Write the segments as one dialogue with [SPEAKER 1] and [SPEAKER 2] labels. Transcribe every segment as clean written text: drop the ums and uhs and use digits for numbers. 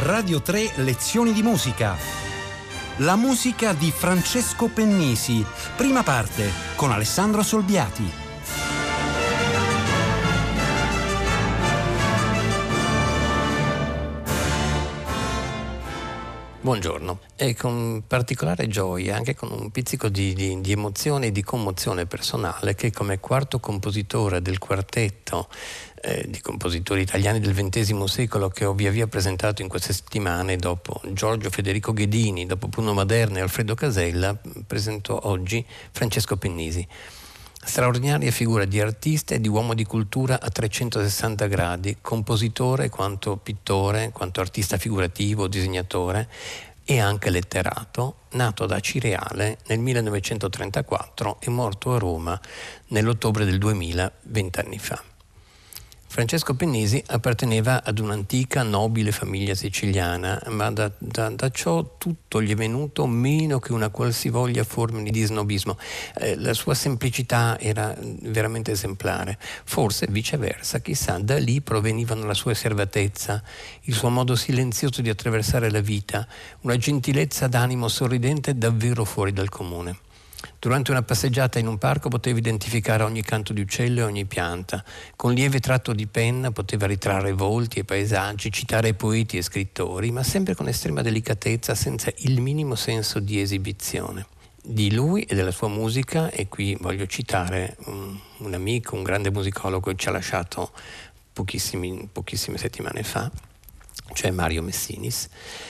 [SPEAKER 1] Radio 3 Lezioni di musica. La musica di Francesco Pennisi. Prima parte con Alessandro Solbiati.
[SPEAKER 2] Buongiorno, e con particolare gioia, anche con un pizzico di emozione e di commozione personale, che come quarto compositore del quartetto di compositori italiani del XX secolo che ho via via presentato in queste settimane, dopo Giorgio Federico Ghedini, dopo Bruno Maderna e Alfredo Casella, presento oggi Francesco Pennisi. Straordinaria figura di artista e di uomo di cultura a 360 gradi, compositore quanto pittore, quanto artista figurativo, disegnatore e anche letterato, nato ad Acireale nel 1934 e morto a Roma nell'ottobre del 2000, 20 anni fa. Francesco Pennisi apparteneva ad un'antica nobile famiglia siciliana, ma da ciò tutto gli è venuto meno che una qualsivoglia forma di snobismo. La sua semplicità era veramente esemplare. Forse viceversa, chissà, da lì provenivano la sua riservatezza, il suo modo silenzioso di attraversare la vita, una gentilezza d'animo sorridente davvero fuori dal comune. Durante una passeggiata in un parco poteva identificare ogni canto di uccello e ogni pianta. Con lieve tratto di penna poteva ritrarre volti e paesaggi, citare poeti e scrittori, ma sempre con estrema delicatezza, senza il minimo senso di esibizione. Di lui e della sua musica, e qui voglio citare un amico, un grande musicologo che ci ha lasciato pochissime settimane fa, cioè Mario Messinis.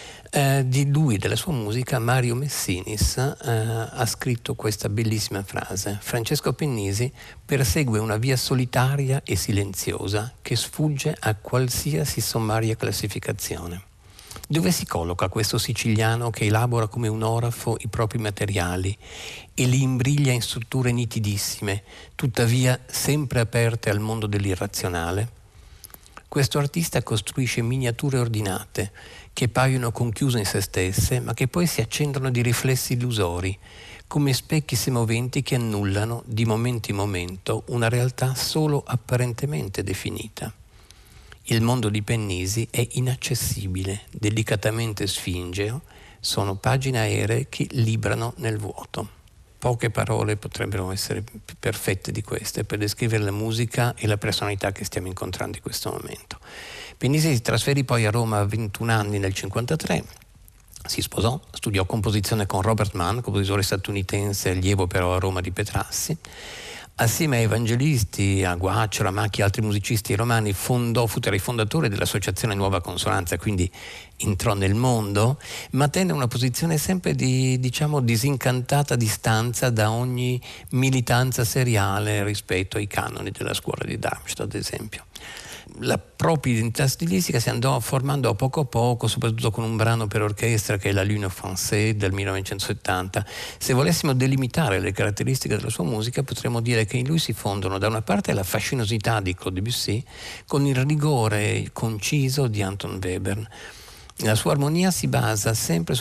[SPEAKER 2] Di lui e della sua musica Mario Messinis ha scritto questa bellissima frase: Francesco Pennisi persegue una via solitaria e silenziosa che sfugge a qualsiasi sommaria classificazione. Dove si colloca questo siciliano che elabora come un orafo i propri materiali e li imbriglia in strutture nitidissime, tuttavia sempre aperte al mondo dell'irrazionale? Questo artista costruisce miniature ordinate che paiono conchiuse in se stesse, ma che poi si accendono di riflessi illusori, come specchi semoventi che annullano di momento in momento una realtà solo apparentemente definita. Il mondo di Pennisi è inaccessibile, delicatamente sfingeo, sono pagine aeree che librano nel vuoto. Poche parole potrebbero essere più perfette di queste per descrivere la musica e la personalità che stiamo incontrando in questo momento. Pennisi si trasferì poi a Roma a 21 anni nel 1953, si sposò, studiò composizione con Robert Mann, compositore statunitense, allievo però a Roma di Petrassi. Assieme a Evangelisti, a Guacciolo, a Macchi e altri musicisti romani fu tra i fondatori dell'Associazione Nuova Consonanza, quindi entrò nel mondo, ma tenne una posizione sempre di, disincantata distanza da ogni militanza seriale rispetto ai canoni della scuola di Darmstadt, ad esempio. La propria identità stilistica si andò formando a poco, soprattutto con un brano per orchestra che è La Lune Française del 1970. Se volessimo delimitare le caratteristiche della sua musica, potremmo dire che in lui si fondono da una parte la fascinosità di Claude Debussy con il rigore conciso di Anton Webern. La sua armonia si basa sempre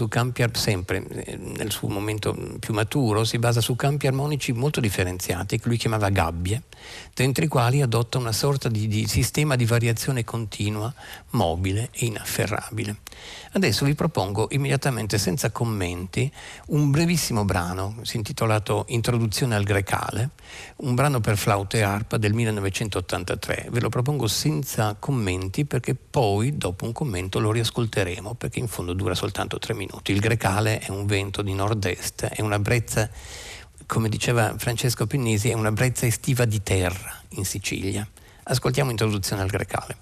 [SPEAKER 2] nel suo momento più maturo, si basa su campi armonici molto differenziati che lui chiamava gabbie, dentro i quali adotta una sorta di sistema di variazione continua, mobile e inafferrabile. Adesso vi propongo immediatamente, senza commenti, un brevissimo brano, si è intitolato Introduzione al Grecale, un brano per flauto e arpa del 1983. Ve lo propongo senza commenti perché poi, dopo un commento, lo riascolteremo perché in fondo dura soltanto 3 minuti. Il Grecale è un vento di nord-est, è una brezza, come diceva Francesco Pennisi, è una brezza estiva di terra in Sicilia. Ascoltiamo Introduzione al Grecale.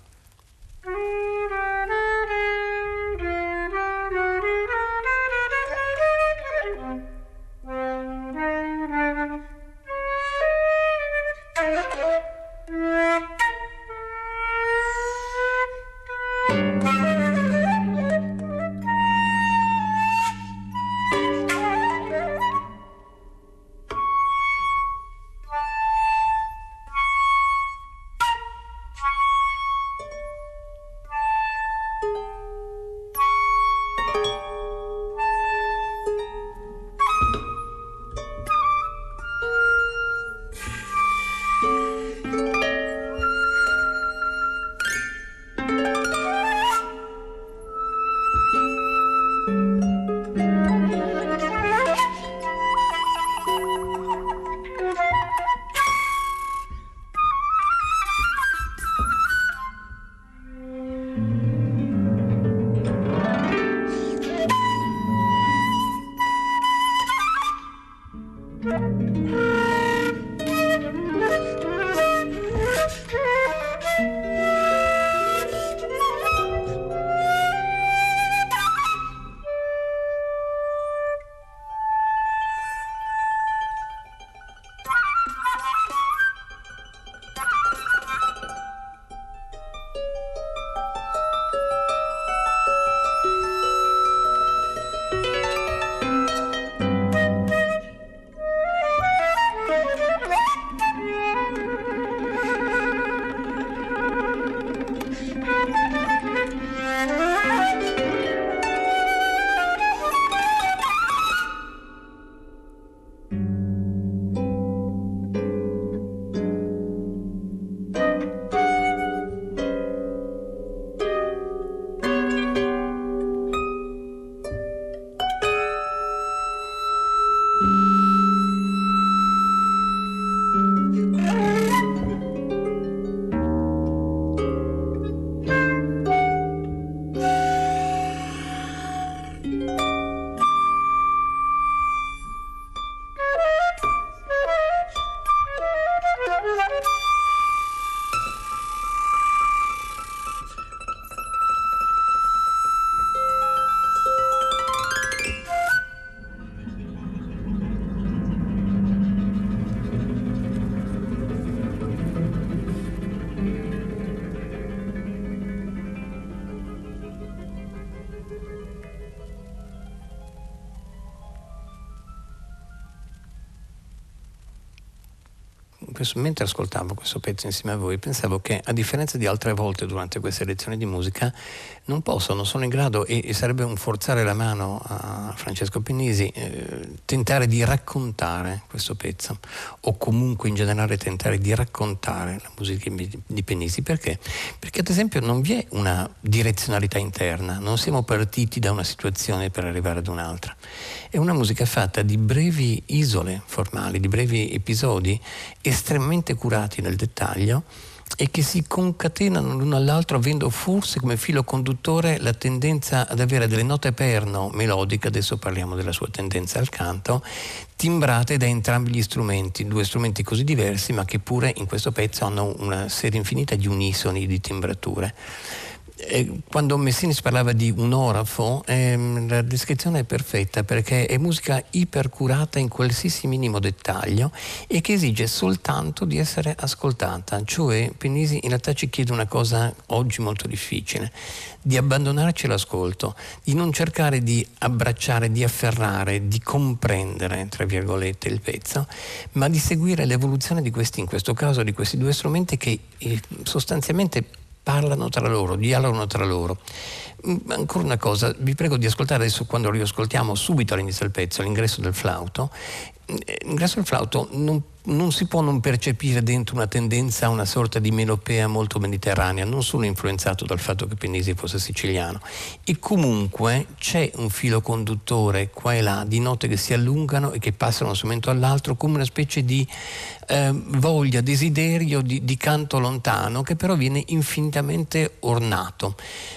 [SPEAKER 2] mentre ascoltavo questo pezzo insieme a voi, pensavo che a differenza di altre volte durante queste lezioni di musica non sono in grado, e sarebbe un forzare la mano a Francesco Pennisi, tentare di raccontare questo pezzo, o comunque in generale tentare di raccontare la musica di Pennisi. Perché? Perché ad esempio non vi è una direzionalità interna, non siamo partiti da una situazione per arrivare ad un'altra. È una musica fatta di brevi isole formali, di brevi episodi estremamente curati nel dettaglio e che si concatenano l'uno all'altro, avendo forse come filo conduttore la tendenza ad avere delle note perno melodiche, adesso parliamo della sua tendenza al canto, timbrate da entrambi gli strumenti, due strumenti così diversi ma che pure in questo pezzo hanno una serie infinita di unisoni, di timbrature. Quando Messinis parlava di un orafo, la descrizione è perfetta, perché è musica ipercurata in qualsiasi minimo dettaglio e che esige soltanto di essere ascoltata. Cioè Pennisi in realtà ci chiede una cosa oggi molto difficile: di abbandonarci l'ascolto, di non cercare di abbracciare, di afferrare, di comprendere, tra virgolette, il pezzo, ma di seguire l'evoluzione di questi, in questo caso di questi due strumenti che sostanzialmente parlano tra loro, dialogano tra loro. Ancora una cosa, vi prego di ascoltare adesso, quando riascoltiamo subito all'inizio del pezzo, l'ingresso del flauto. L'ingresso del flauto non si può non percepire dentro una tendenza a una sorta di melopea molto mediterranea. Non sono influenzato dal fatto che Pennisi fosse siciliano, e comunque c'è un filo conduttore qua e là di note che si allungano e che passano da un strumento all'altro come una specie di voglia, desiderio di canto lontano, che però viene infinitamente ornato.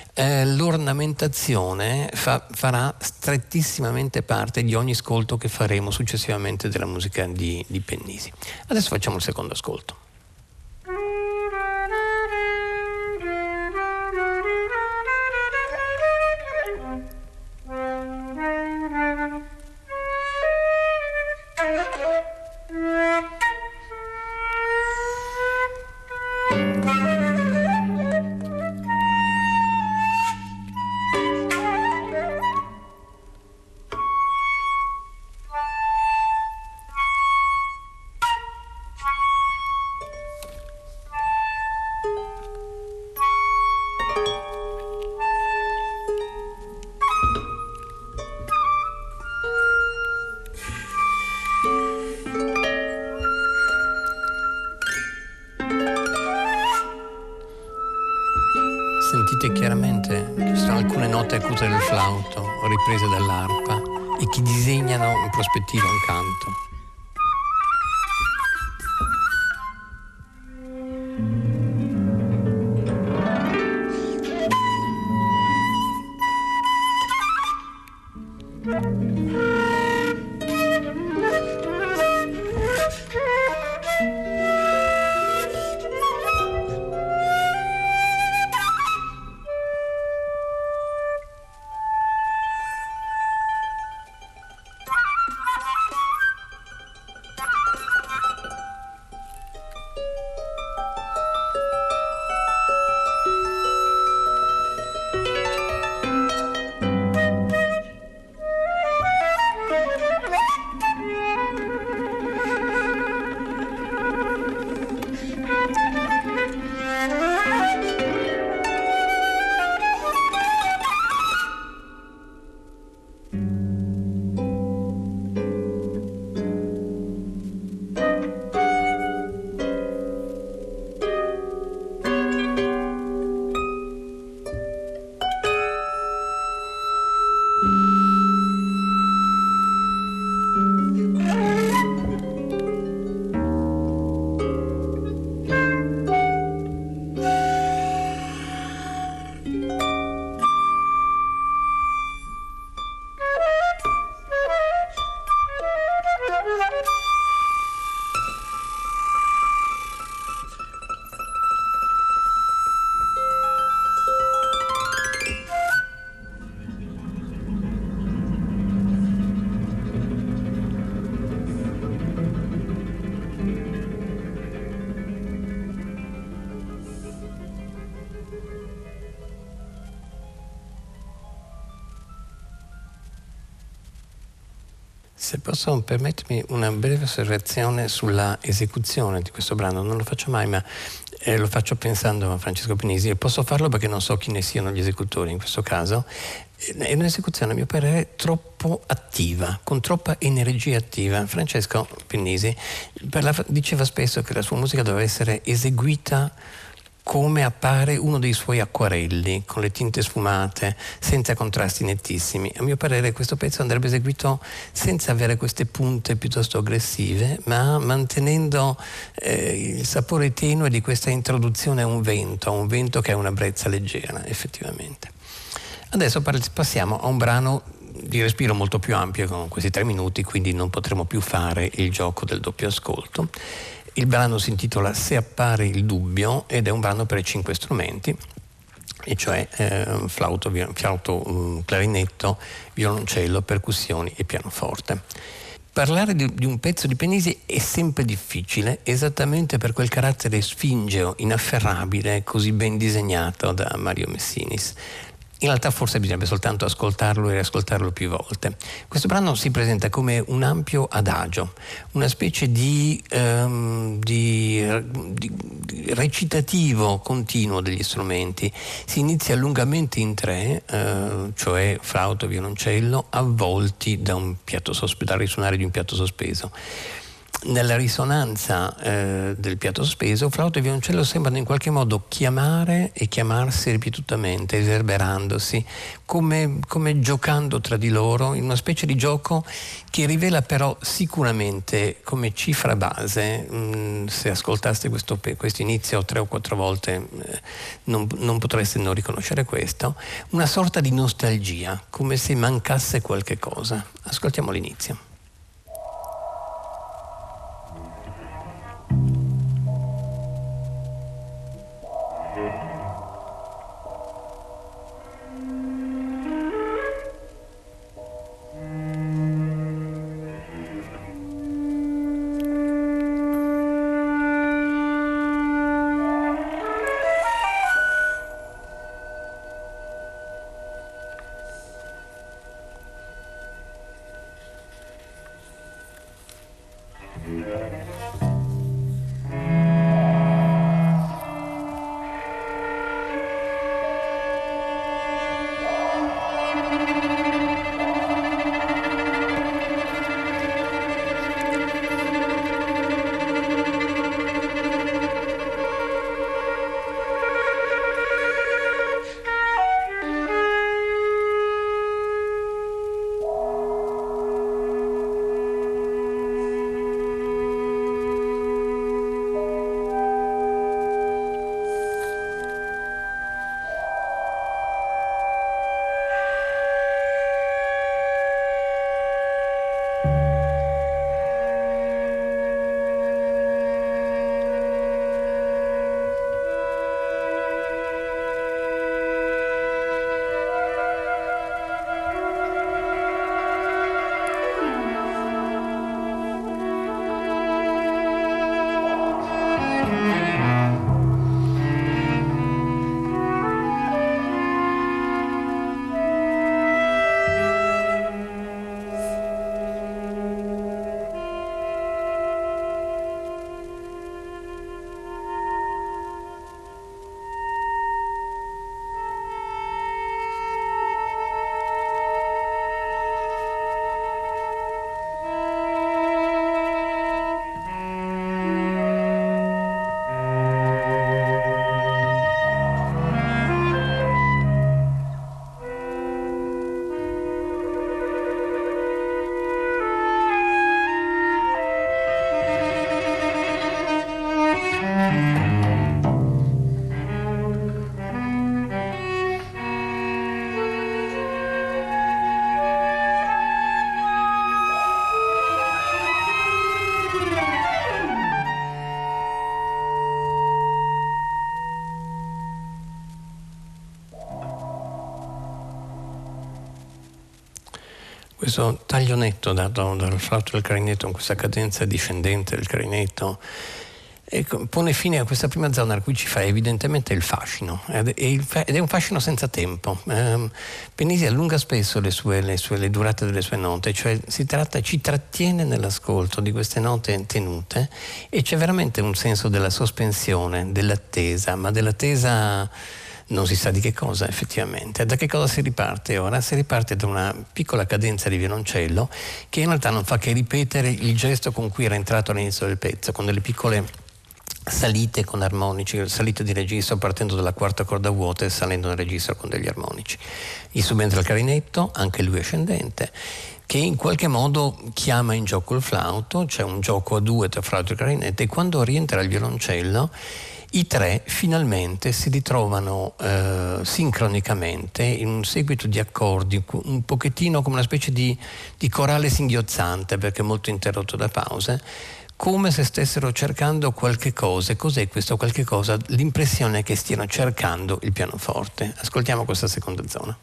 [SPEAKER 2] L'ornamentazione farà strettissimamente parte di ogni ascolto che faremo successivamente della musica di Pennisi. Adesso facciamo il secondo ascolto. Sentite chiaramente che ci sono alcune note acute del flauto riprese dall'arpa e che disegnano in prospettiva un canto. Se posso permettermi una breve osservazione sulla esecuzione di questo brano, non lo faccio mai, ma lo faccio pensando a Francesco Pennisi, e posso farlo perché non so chi ne siano gli esecutori in questo caso. È un'esecuzione, a mio parere, troppo attiva, con troppa energia attiva. Francesco Pennisi diceva spesso che la sua musica doveva essere eseguita come appare uno dei suoi acquarelli, con le tinte sfumate, senza contrasti nettissimi. A mio parere questo pezzo andrebbe eseguito senza avere queste punte piuttosto aggressive, ma mantenendo il sapore tenue di questa introduzione a un vento che ha una brezza leggera, effettivamente. Adesso passiamo a un brano di respiro molto più ampio, con questi 3 minuti, quindi non potremo più fare il gioco del doppio ascolto. Il brano si intitola Se appare il dubbio ed è un brano per 5 strumenti, e cioè flauto, clarinetto, violoncello, percussioni e pianoforte. Parlare di un pezzo di Pennisi è sempre difficile, esattamente per quel carattere sfingeo, inafferrabile, così ben disegnato da Mario Messinis. In realtà forse bisognerebbe soltanto ascoltarlo e riascoltarlo più volte. Questo brano si presenta come un ampio adagio, una specie di recitativo continuo degli strumenti. Si inizia lungamente in 3, cioè flauto, violoncello, avvolti dal risuonare di un piatto sospeso. Nella risonanza del piatto sospeso, flauto e violoncello sembrano in qualche modo chiamare e chiamarsi ripetutamente, eserberandosi, come giocando tra di loro, in una specie di gioco che rivela però sicuramente come cifra base, se ascoltaste questo inizio 3 o 4 volte non potreste non riconoscere questo, una sorta di nostalgia, come se mancasse qualche cosa. Ascoltiamo l'inizio. Questo taglio netto dato dal flauto del clarinetto, con questa cadenza discendente del clarinetto, pone fine a questa prima zona a cui ci fa evidentemente il fascino, ed è un fascino senza tempo. Penisi allunga spesso le durate delle sue note, cioè ci trattiene nell'ascolto di queste note tenute, e c'è veramente un senso della sospensione, dell'attesa, ma dell'attesa non si sa di che cosa effettivamente. Da che cosa si riparte ora? Si riparte da una piccola cadenza di violoncello che in realtà non fa che ripetere il gesto con cui era entrato all'inizio del pezzo, con delle piccole salite con armonici, salite di registro partendo dalla quarta corda vuota e salendo nel registro con degli armonici. Gli subentra il clarinetto, anche lui ascendente, che in qualche modo chiama in gioco il flauto, c'è un gioco a due tra flauto e clarinetto, e quando rientra il violoncello i tre finalmente si ritrovano sincronicamente in un seguito di accordi, un pochettino come una specie di corale singhiozzante, perché molto interrotto da pause, come se stessero cercando qualche cosa. Cos'è questo qualche cosa? L'impressione è che stiano cercando il pianoforte. Ascoltiamo questa seconda zona.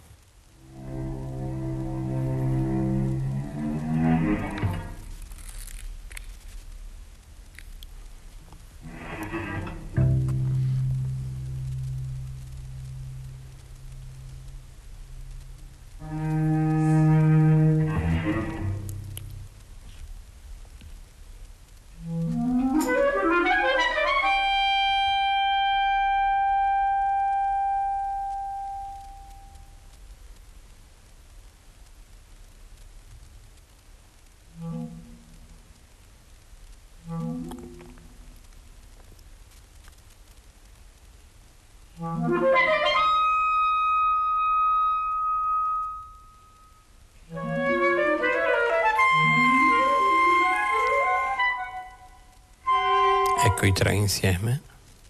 [SPEAKER 2] Ecco i tre insieme.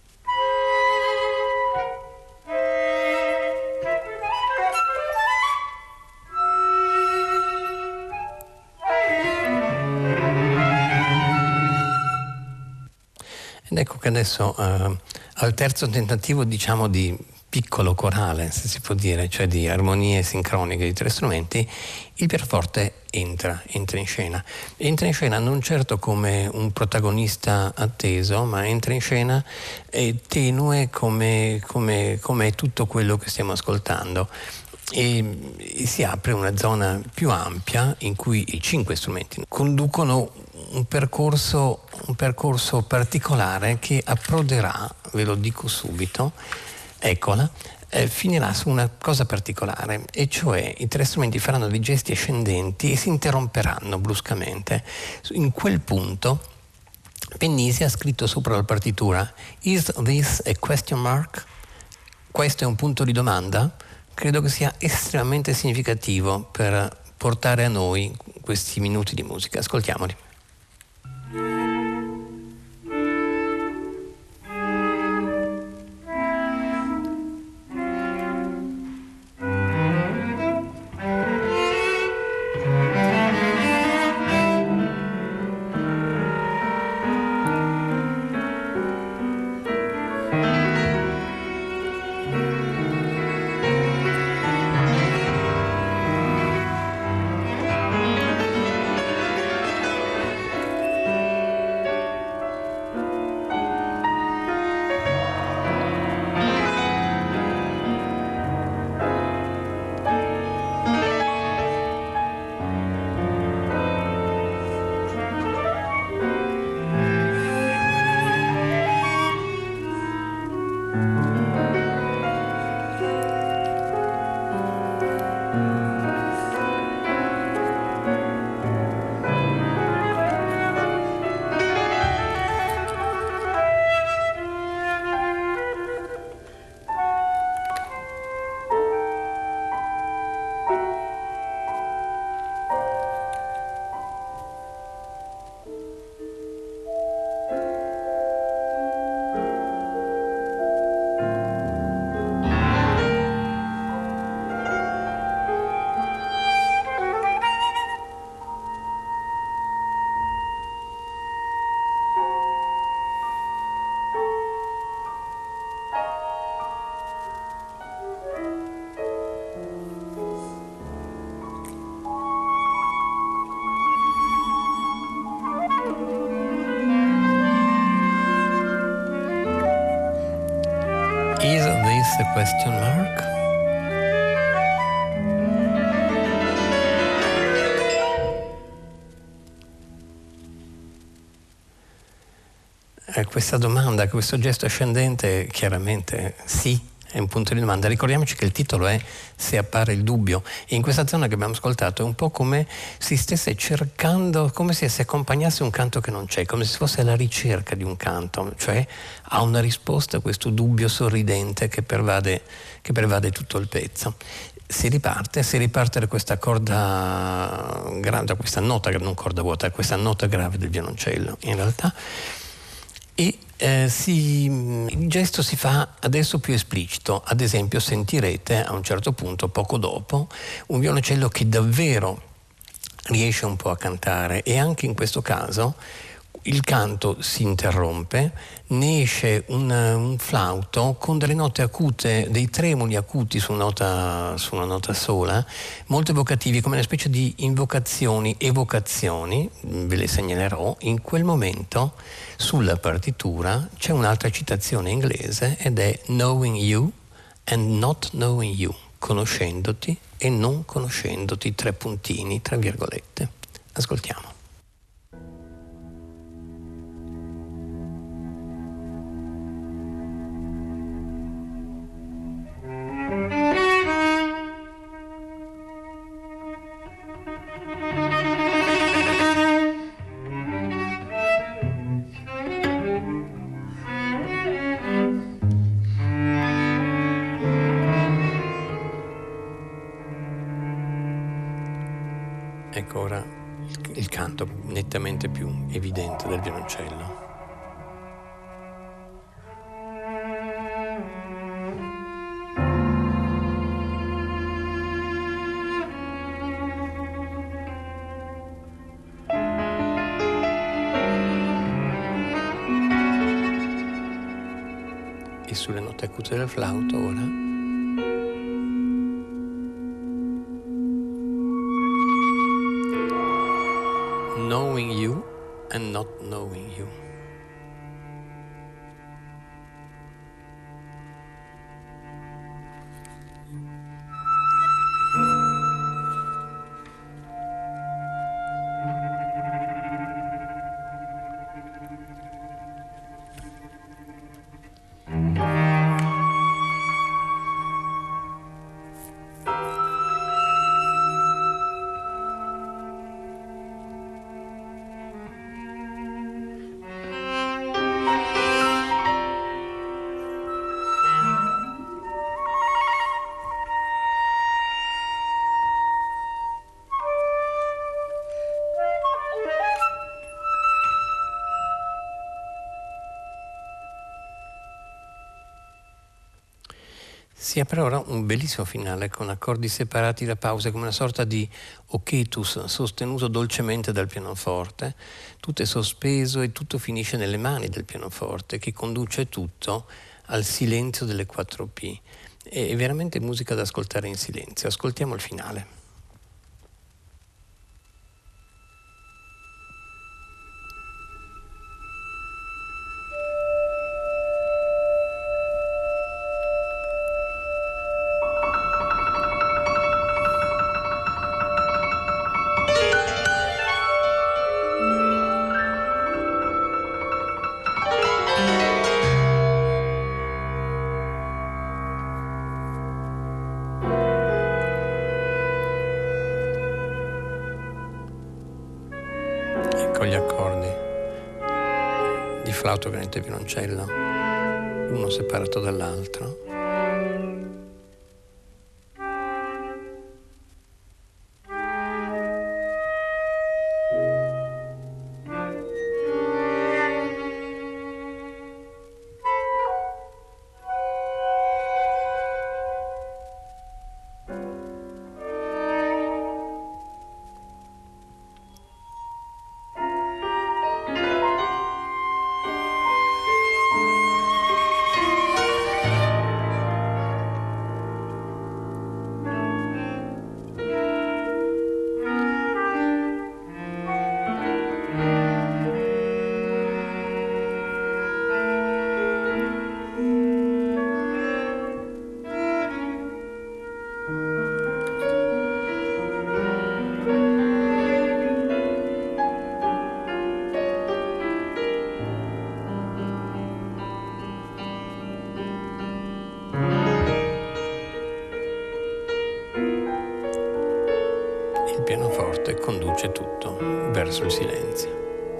[SPEAKER 2] Ed ecco che adesso al terzo tentativo, diciamo, di piccolo corale, se si può dire, cioè di armonie sincroniche di tre strumenti, il pianoforte entra in scena. Entra in scena non certo come un protagonista atteso, ma entra in scena tenue come è tutto quello che stiamo ascoltando. E si apre una zona più ampia in cui i 5 strumenti conducono un percorso particolare che approderà, ve lo dico subito, eccola, finirà su una cosa particolare, e cioè i tre strumenti faranno dei gesti ascendenti e si interromperanno bruscamente. In quel punto Pennisi ha scritto sopra la partitura: "Is this a question mark?" Questo è un punto di domanda? Credo che sia estremamente significativo per portare a noi questi minuti di musica. Ascoltiamoli. Question mark. Questa domanda, questo gesto ascendente, chiaramente sì, è un punto di domanda. Ricordiamoci che il titolo è Se appare il dubbio, e in questa zona che abbiamo ascoltato è un po' come si stesse cercando, come se si accompagnasse un canto che non c'è, come se fosse alla ricerca di un canto, cioè ha una risposta a questo dubbio sorridente che pervade tutto il pezzo. Si riparte da questa corda grave, da questa nota, non corda vuota, questa nota grave del violoncello in realtà. E il gesto si fa adesso più esplicito. Ad esempio sentirete a un certo punto, poco dopo, un violoncello che davvero riesce un po' a cantare, e anche in questo caso il canto si interrompe, ne esce un flauto con delle note acute, dei tremoli acuti su una nota sola, molto evocativi, come una specie di evocazioni, ve le segnalerò. In quel momento sulla partitura c'è un'altra citazione inglese ed è knowing you and not knowing you, conoscendoti e non conoscendoti, tre puntini, tra virgolette. Ascoltiamo. Ecco ora il canto nettamente più evidente del violoncello. E sulle note acute del flauto ora. Knowing you and not knowing you. Si apre ora un bellissimo finale con accordi separati da pause, come una sorta di occhetus sostenuto dolcemente dal pianoforte. Tutto è sospeso e tutto finisce nelle mani del pianoforte, che conduce tutto al silenzio delle 4P. È veramente musica da ascoltare in silenzio. Ascoltiamo il finale. Con gli accordi di flauto, cornetto e violoncello, uno separato dall'altro. pianoforte conduce tutto verso il silenzio.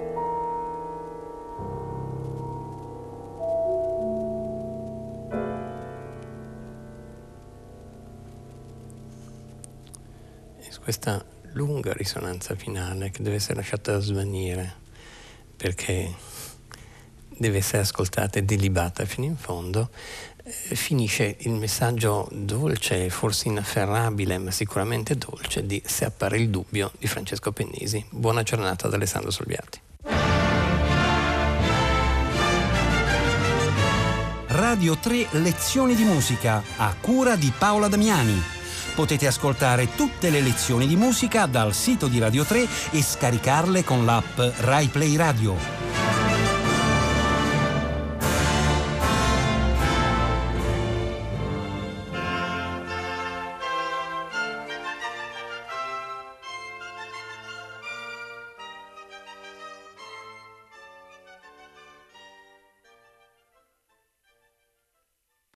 [SPEAKER 2] Questa lunga risonanza finale che deve essere lasciata svanire, perché deve essere ascoltata e delibata fino in fondo, finisce il messaggio dolce, forse inafferrabile, ma sicuramente dolce, di Se appare il dubbio di Francesco Pennisi. Buona giornata da Alessandro Solbiati.
[SPEAKER 1] Radio 3 Lezioni di musica, a cura di Paola Damiani. Potete ascoltare tutte le lezioni di musica dal sito di Radio 3 e scaricarle con l'app Rai Play Radio.